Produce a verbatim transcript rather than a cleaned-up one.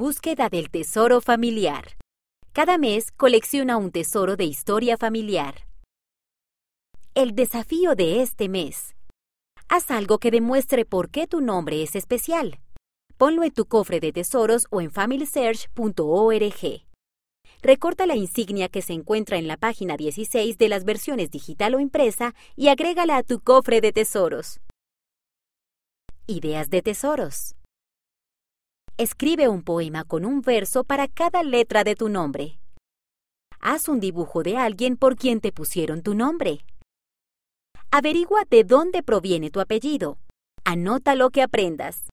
Búsqueda del tesoro familiar. Cada mes colecciona un tesoro de historia familiar. El desafío de este mes. Haz algo que demuestre por qué tu nombre es especial. Ponlo en tu cofre de tesoros o en family search punto org. Recorta la insignia que se encuentra en la página dieciséis de las versiones digital o impresa y agrégala a tu cofre de tesoros. Ideas de tesoros. Escribe un poema con un verso para cada letra de tu nombre. Haz un dibujo de alguien por quien te pusieron tu nombre. Averigua de dónde proviene tu apellido. Anota lo que aprendas.